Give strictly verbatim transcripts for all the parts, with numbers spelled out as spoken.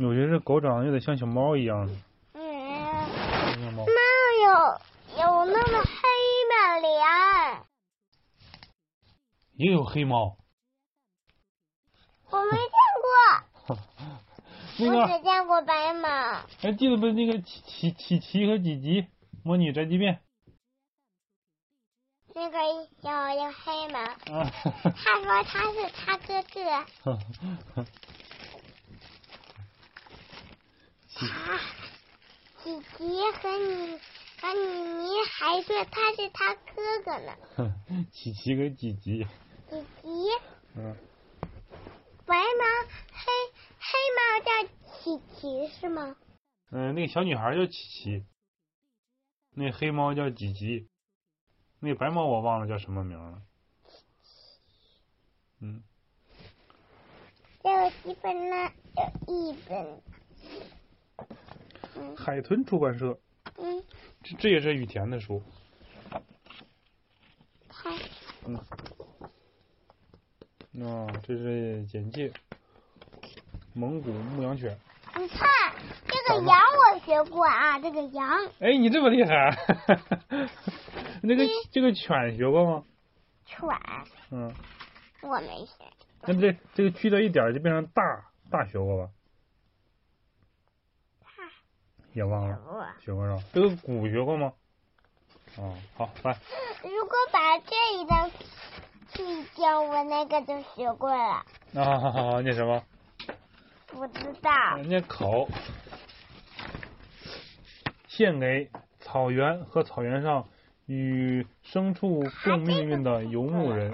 我觉得这狗长得有点像小猫一样。 嗯。 像猫。 那有有那么黑吗？脸？ 也有黑猫。 我没见过。 那个。 我只见过白猫。 还记得不？那个琪琪琪琪和吉吉模拟宅急便。 那个有有黑猫。 啊。 他说他是他哥哥。他吉吉和你和你你还说他是他哥哥呢。 琪琪和吉吉。 吉吉。 嗯。 白猫黑黑猫叫琪琪是吗？ 嗯，那个小女孩叫琪琪，那黑猫叫吉吉，那白猫我忘了叫什么名了。嗯。 有几本呢？有一本。 嗯。海豚出版社。 嗯。 这这也是雨田的书。 看。 嗯。啊，这是简介。蒙古牧羊犬。 你看这个羊我学过啊，这个羊。 哎，你这么厉害！那个这个犬学过吗？ 犬。 嗯。 我没学。 那这这个去掉一点就变成大大学过吧？ 大。 也忘了。学过是吧？这个鼓学过吗？哦，好，来。 如果把这一张去掉，我那个就学过了。 啊，好好好，念什么？ 不知道。 念口。献给草原和草原上与牲畜共命运的游牧人。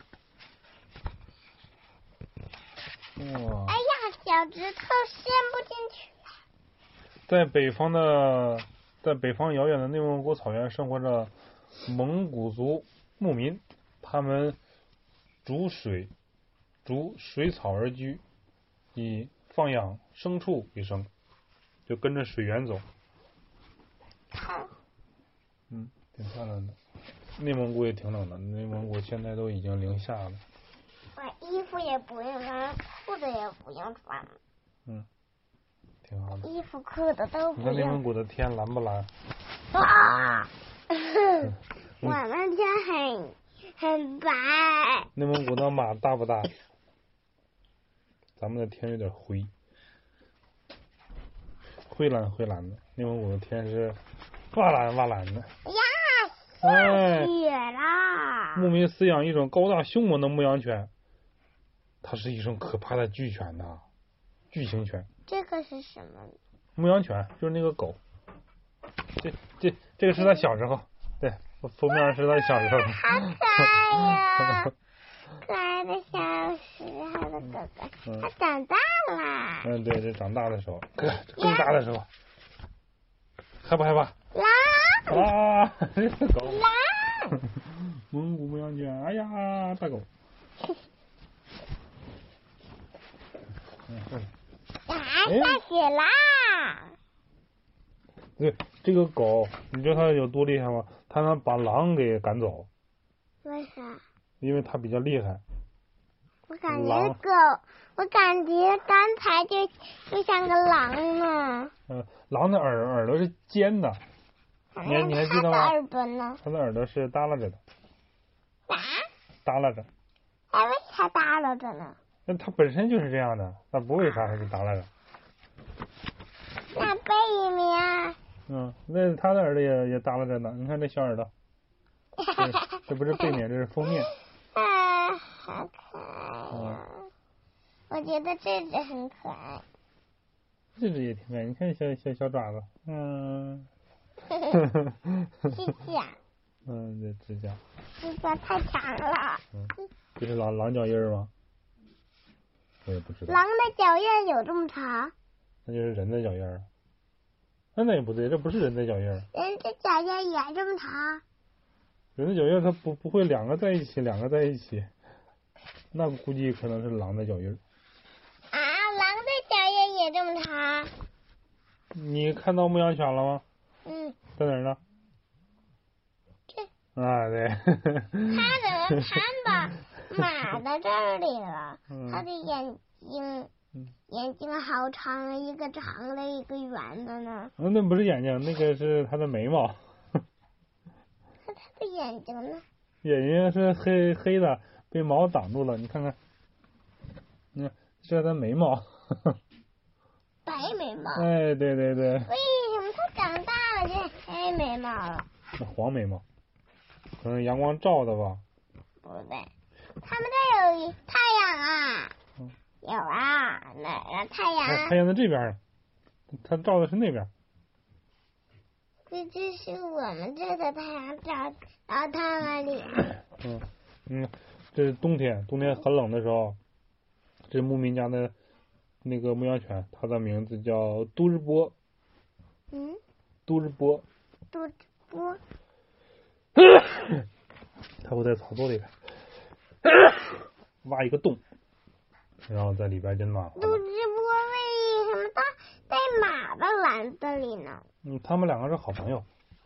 哇！ 哎呀，小指头伸不进去了。 在北方的，在北方遥远的内蒙古草原生活着蒙古族牧民，他们逐水逐水草而居，以放养牲畜为生，就跟着水源走。嗯，挺漂亮的。内蒙古也挺冷的，内蒙古现在都已经零下了。 我衣服也不用穿，裤子也不用穿。 嗯，挺好的。 衣服裤子都不用。 你看内蒙古的天蓝不蓝？ 啊！我们天很很白。 内蒙古的马大不大？咱们的天有点灰，灰蓝灰蓝的。内蒙古的天是瓦蓝瓦蓝的。 呀， 下雪啦！ 牧民饲养一种高大凶猛的牧羊犬，它是一种可怕的巨犬呐，巨型犬。 这个是什么？ 牧羊犬就是那个狗。这这这个是他小时候，对，封面是他小时候。 好可爱呀！可爱的小时候的哥哥，他长大了。 嗯，对，这长大的时候，哥，更大的时候，害不害怕？ 狼啊，这是狗。 狼。 蒙古牧羊犬，哎呀，大狗。 啊，下雪啦！ 对，这个狗，你知道它有多厉害吗？它能把狼给赶走。 为啥？ 因为它比较厉害。 我感觉狗，我感觉刚才就就像个狼呢。 嗯，狼的耳耳朵是尖的，你还你还记得吗？ 它的耳朵呢？ 它的耳朵是耷拉着的。 啊？ 耷拉着。 它为啥耷拉着呢？ 那它本身就是这样的，它不为啥它就耷拉着。 那背面？ 嗯，那它的耳朵也也耷拉着呢。你看这小耳朵。这不是背面，这是封面。 啊，好可爱呀！嗯、我觉得这只很可爱。 这只也挺可爱，你看小小小爪子，嗯。 指甲。 嗯，这指甲。 指甲太长了。 嗯，这是狼狼脚印吗？我也不知道。 狼的脚印有这么长？ 那就是人的脚印啊。那那也不对，这不是人的脚印。 人的脚印也这么长？ 人的脚印它不不会两个在一起，两个在一起，那估计可能是狼的脚印。 啊，狼的脚印也这么长？ 你看到牧羊犬了吗？ 嗯。 在哪儿呢？ 这。 啊，对。 它怎么看到马在这里了？ 嗯、 它的眼睛。 嗯， 眼睛好长，一个长的，一个圆的呢。 嗯，那不是眼睛，那个是它的眉毛。 那它的眼睛呢？ 眼睛是黑黑的，被毛挡住了。你看看，你看这是它眉毛。 白眉毛。 哎，对对对。 为什么它长大了变黑眉毛了？ 那黄眉毛，可能阳光照的吧。 不对，他们这有太阳啊。 嗯、 有啊，哪儿啊？太阳、啊？ 太阳在这边呢，它照的是那边。 这这是我们这的太阳照到他们里。 嗯嗯，这是冬天，冬天很冷的时候，这是牧民家的那个牧羊犬，它的名字叫都日波。 嗯。 都日波。 都日波。 它会在草垛里挖一个洞，然后在里边就暖和了。 都日波为什么它在马的篮子里呢？ 嗯，他们两个是好朋友。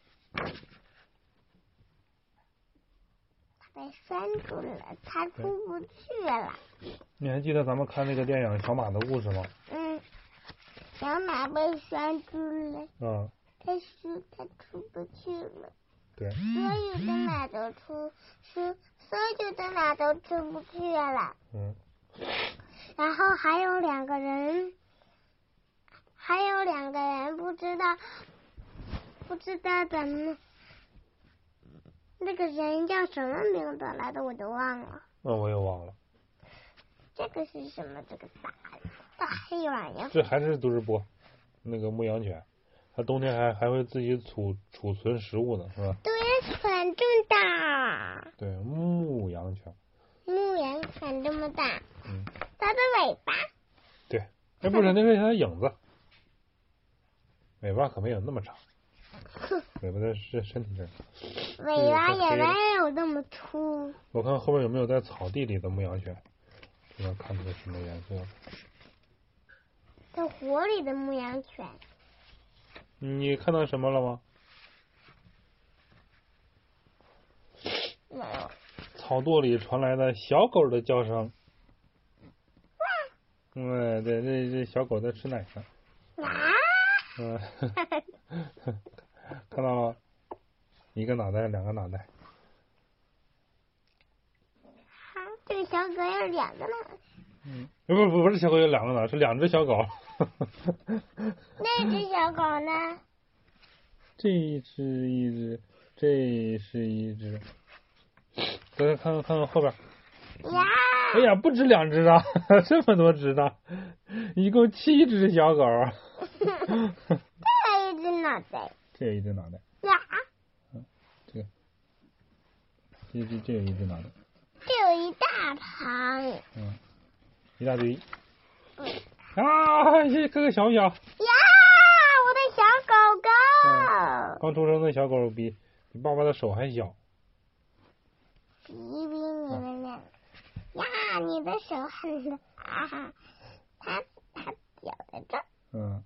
它被拴住了，它出不去了。 你还记得咱们看那个电影《小马的故事》吗？ 嗯，小马被拴住了。 嗯。 它是它出不去了。 对。 所有的马都出，是所有的马都出不去了。 嗯。 然后还有两个人，还有两个人不知道，不知道怎么，那个人叫什么名字来的我都忘了。 那、嗯、我也忘了。 这个是什么？这个大大黑玩意儿？ 这还是都日波，那个牧羊犬，它冬天还还会自己储储存食物呢，是吧？ 对，犬这么大。 对，牧羊犬。 牧羊犬这么大。 嗯。 它的尾巴。 对，哎，不是，那是它的影子。尾巴可没有那么长。尾巴在身身体这儿。 尾巴也没有那么粗。 我看后面有没有在草地里的牧羊犬，不知道看出来什么颜色。 在火里的牧羊犬。 你看到什么了吗？ 没有。 草垛里传来的小狗的叫声。嗯，对，这这小狗在吃奶呢。 啊！ 嗯，看到了，一个脑袋，两个脑袋。 哈，这个小狗有两个脑袋。 嗯，不不不是小狗有两个脑袋，是两只小狗。 那只小狗呢？ 这一只一只，这是一只。大家看看看看后边。 呀！ 哎呀，不止两只啊，这么多只呢，一共七只小狗。 这有一只脑袋。 这有一只脑袋。 呀！ 嗯，这个，这这这有一只脑袋。 这有一大旁。 嗯，一大堆。 嗯。 啊，这个个小小。呀， 我的小狗狗。 嗯、刚出生的小狗比比爸爸的手还小。 比比你们俩。呀，你的手很大，它它脚在这儿。 嗯。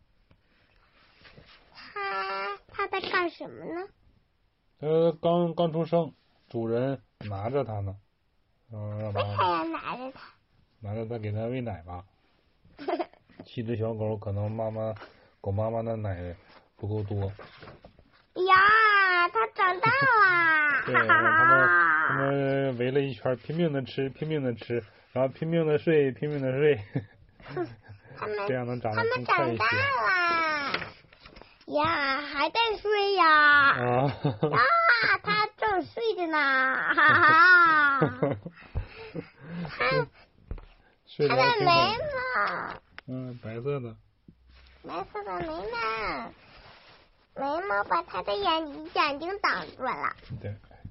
它它在干什么呢？ 呃，刚刚出生，主人拿着它呢。嗯，让为啥要拿着它？ 拿着它给它喂奶吧。七只小狗可能妈妈狗妈妈的奶不够多。 呀，它长大了。 对，他们他们围了一圈，拼命的吃，拼命的吃，然后拼命的睡，拼命的睡。 他们这样能长得他们长更快一些。 大了。呀，还在睡呀。 啊。 呀，它正睡着呢。哈哈。它它的眉毛。 嗯，白色的。 白色的眉毛。眉毛把它的眼眼睛挡住了。 对。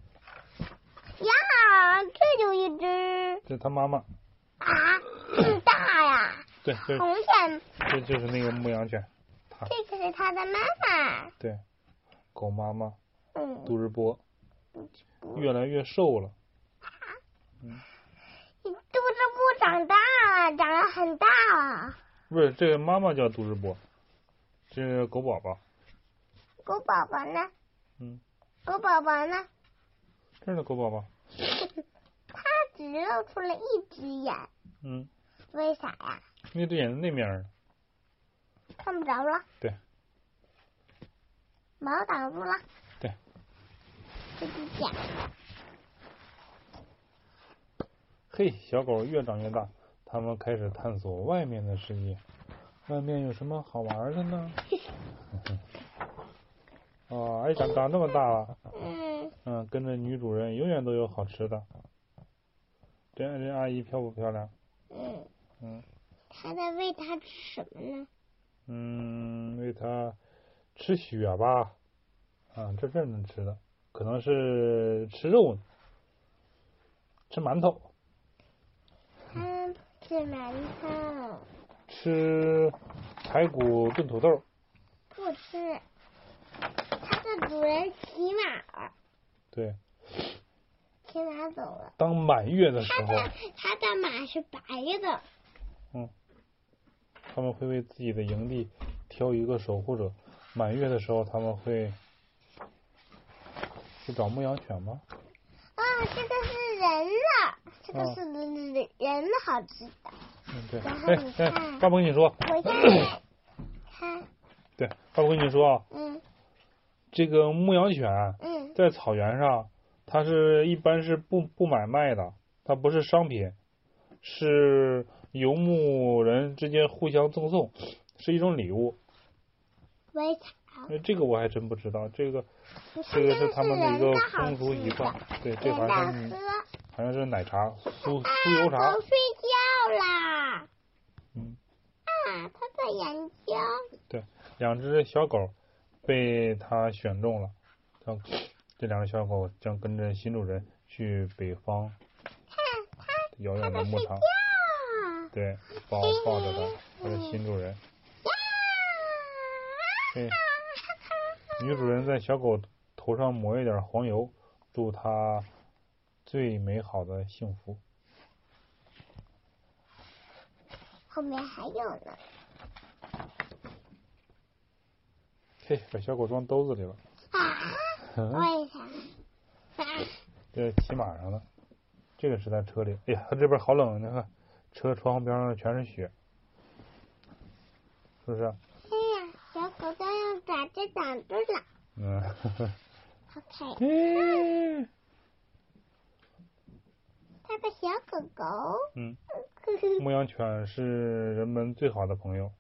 呀，这有一只。 这是它妈妈。 啊，这么大呀！ 对，这红色。 这就是那个牧羊犬。 这个是它的妈妈。 对，狗妈妈。 嗯。 都日波。越来越瘦了。 啊。 嗯。 都日波长大了，长得很大了。 不是，这个妈妈叫都日波，这是狗宝宝。 狗宝宝呢？ 嗯。 狗宝宝呢？ 这是狗宝宝。 它只露出了一只眼。 嗯。 为啥呀？ 那只眼睛那面儿。 看不着了。 对。 毛挡住了。 对。 这只假。 嘿，小狗越长越大，它们开始探索外面的世界。外面有什么好玩的呢？哦，哎，长长这么大了。 嗯。 嗯，跟着女主人永远都有好吃的。这这阿姨漂不漂亮？ 嗯。 嗯。 他在喂它吃什么呢？ 嗯，喂它吃血吧。啊，这这能吃的，可能是吃肉呢，吃馒头。 它吃馒头。 吃排骨炖土豆。 不吃。它的主人骑马。 对。 骑马走了。 当满月的时候。 它的它的马是白的。 嗯。他们会为自己的营地挑一个守护者。满月的时候，他们会去找牧羊犬吗？ 啊，这个是人的，这个是人好吃的。 嗯，对。 然后你看， 哎，爸爸跟你说。 我现在看。 对，爸爸跟你说啊。 嗯。 这个牧羊犬。 嗯。 在草原上，它是一般是不不买卖的，它不是商品，是游牧人之间互相赠送，是一种礼物。 为啥？ 这个我还真不知道，这个这个是他们的一个风俗习惯。对，这好像是好像是奶茶，酥酥油茶。 狗睡觉啦。 嗯。 啊，它在研究。 对，两只小狗被他选中了，它这两只小狗将跟着新主人去北方遥远的牧场。对，抱抱着它，它的新主人。对，女主人在小狗头上抹一点黄油，祝它最美好的幸福。 后面还有呢。 嘿，把小狗装兜子里了。 啊？为啥？ 这骑马上的，这个是在车里。哎呀，它这边好冷，你看，车窗户边上全是雪，是不是？ 哎呀，小狗都用爪子挡住了。 嗯。 好可爱。 嗯。 它个小狗狗。 嗯。牧羊犬是人们最好的朋友，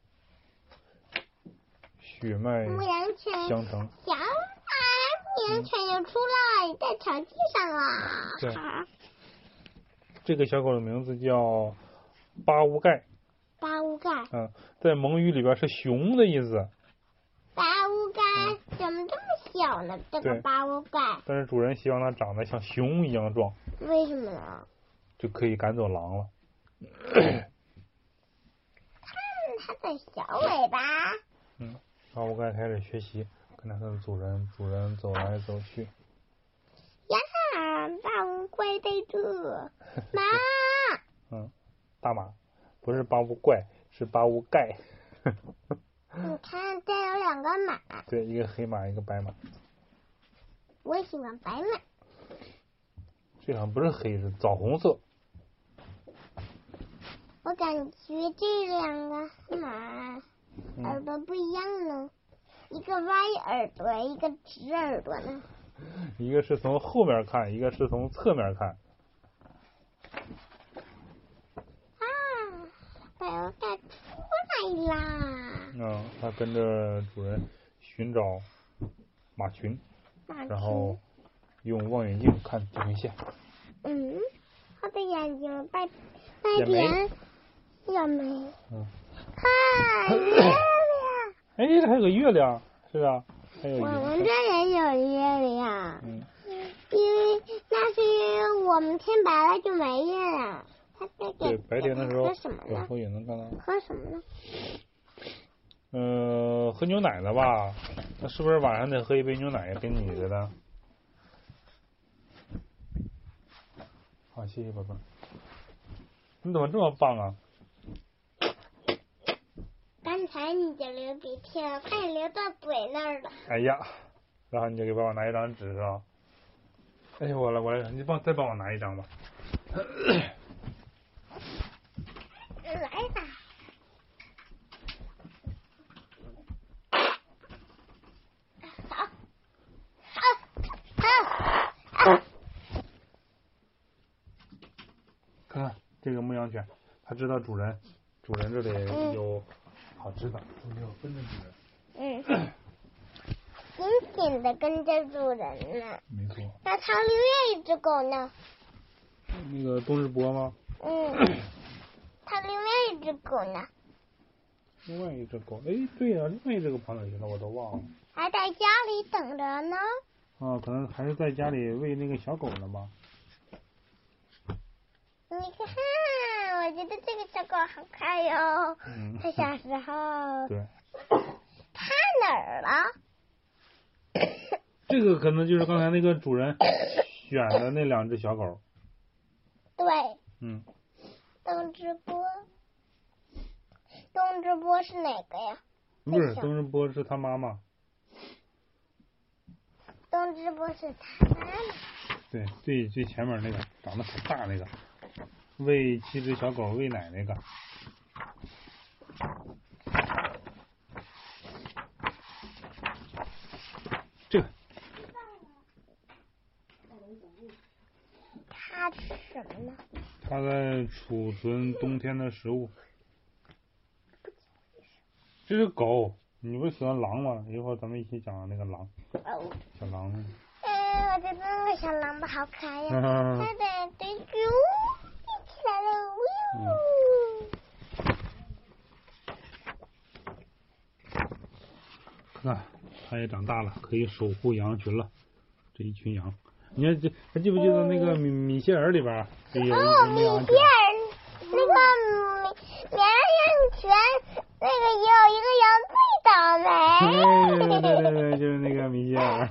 血脉牧羊犬相承。 小啊，牧羊犬又出来，在草地上了。 对。这个小狗的名字叫巴乌盖。 巴乌盖。 嗯，在蒙语里边是熊的意思。 巴乌盖、嗯、怎么这么小呢？这个巴乌盖。 但是主人希望它长得像熊一样壮。 为什么呢？ 就可以赶走狼了。 看它的小尾巴。 嗯，巴乌盖开始学习，跟着它的主人，主人走来走去。 呀，巴乌怪在这，马。 嗯，大马，不是巴乌怪，是巴乌盖。 你看，这有两个马。 对，一个黑马，一个白马。 我喜欢白马。 这好像不是黑，是枣红色。 我感觉这两个马耳朵不一样呢，嗯、一个歪耳朵，一个直耳朵呢。 一个是从后面看，一个是从侧面看。 啊，白乌盖出来啦！ 嗯，它跟着主人寻找马群， 马群然后用望远镜看地平线。 嗯，它的眼睛带带点眼眉。 嗯。 看月亮。 哎，这还有个月亮，是吧？还有我们这也有月亮。 嗯。 因为那是因为我们天白了就没月亮。它这个对，白天的时候喝什么呢？ 我也能看到。 喝什么呢？ 呃，喝牛奶的吧？那是不是晚上得喝一杯牛奶，跟你似的？好，谢谢宝宝。你怎么这么棒啊？ 刚才你就流鼻涕了，快流到嘴那儿了。 哎呀，然后你就给爸爸拿一张纸是吧？哎，我来，我来，你帮再帮我拿一张吧。 来吧。 羊犬，它知道主人，主人这里有好吃的，它就跟着主人。 嗯。紧紧的跟着主人呢。 没错。 那它另外一只狗呢？ 那个东日波吗？ 嗯。它另外一只狗呢？ 另外一只狗，哎，对呀、啊，另外一只狗跑哪去了？我都忘了。 还在家里等着呢。 啊，可能还是在家里喂那个小狗呢吧。 你看，我觉得这个小狗好看哟。 嗯。 它小时候。 对。 它哪儿了？ 这个可能就是刚才那个主人选的那两只小狗。 对。 嗯。 东直播。东直播是哪个呀？ 不是，东直播是他妈妈。 东直播是他妈妈。 对，最最前面那个长得很大那个，喂七只小狗喂奶那个。这个。 它吃什么呢？ 它在储存冬天的食物。这是狗，你不是喜欢狼吗？一会儿咱们一起讲那个狼。 哦。 小狼。 哎，我觉得那个小狼好可爱呀！它的对啾立起来了，呜、 嗯。看看，它也长大了，可以守护羊群了。这一群羊，你看这，还记不记得那个米米歇尔里边有一哦，米歇尔那个绵羊犬，那个有一个羊最倒霉。 对对对对对，就是那个米歇尔。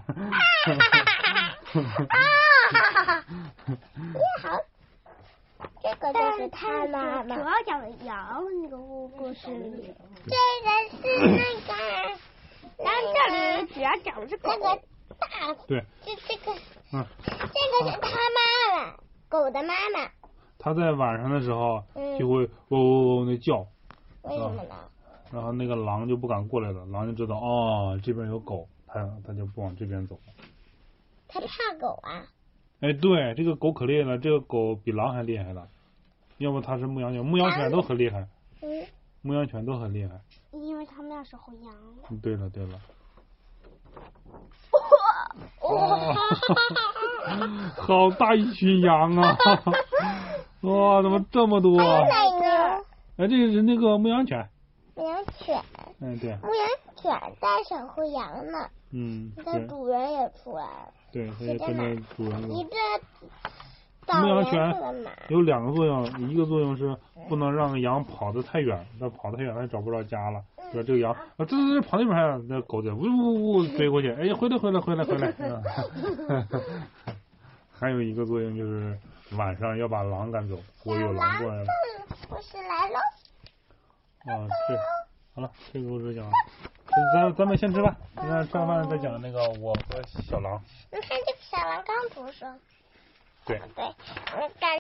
啊！你好，这个就是他妈妈。主要讲羊那个故事里。这个是那个，然后这里主要讲的是那个大。 对。 这这个。 嗯。 这个是他妈妈，狗的妈妈。 它在晚上的时候就会喔喔喔的叫。 为什么呢？ 然后那个狼就不敢过来了，狼就知道哦这边有狗，它它就不往这边走了。 它怕狗啊？ 哎，对，这个狗可厉害了，这个狗比狼还厉害了。要不它是牧羊犬，牧羊犬都很厉害。 嗯。 牧羊犬都很厉害。 因为他们要守护羊。 对了对了。 哇！ 好大一群羊啊！哇，怎么这么多？ 还有哪个？ 哎，这个是那个牧羊犬。 牧羊犬。 嗯，对。 牧羊犬在守护羊呢。 嗯。 它主人也出来了。 对，它也跟着主人走。 一个。 牧羊犬有两个作用，一个作用是不能让羊跑得太远，那跑太远它找不着家了。说这个羊啊，这这这跑那边，那狗就呜呜呜追过去，哎呀，回来回来回来回来。还有一个作用就是晚上要把狼赶走，如果有狼过来了。 故事来喽。 啊，是，好了，这个故事讲完，咱咱们先吃饭，那吃完饭再讲那个我和小狼。 你看这个小狼刚读书。 对。 对，我感。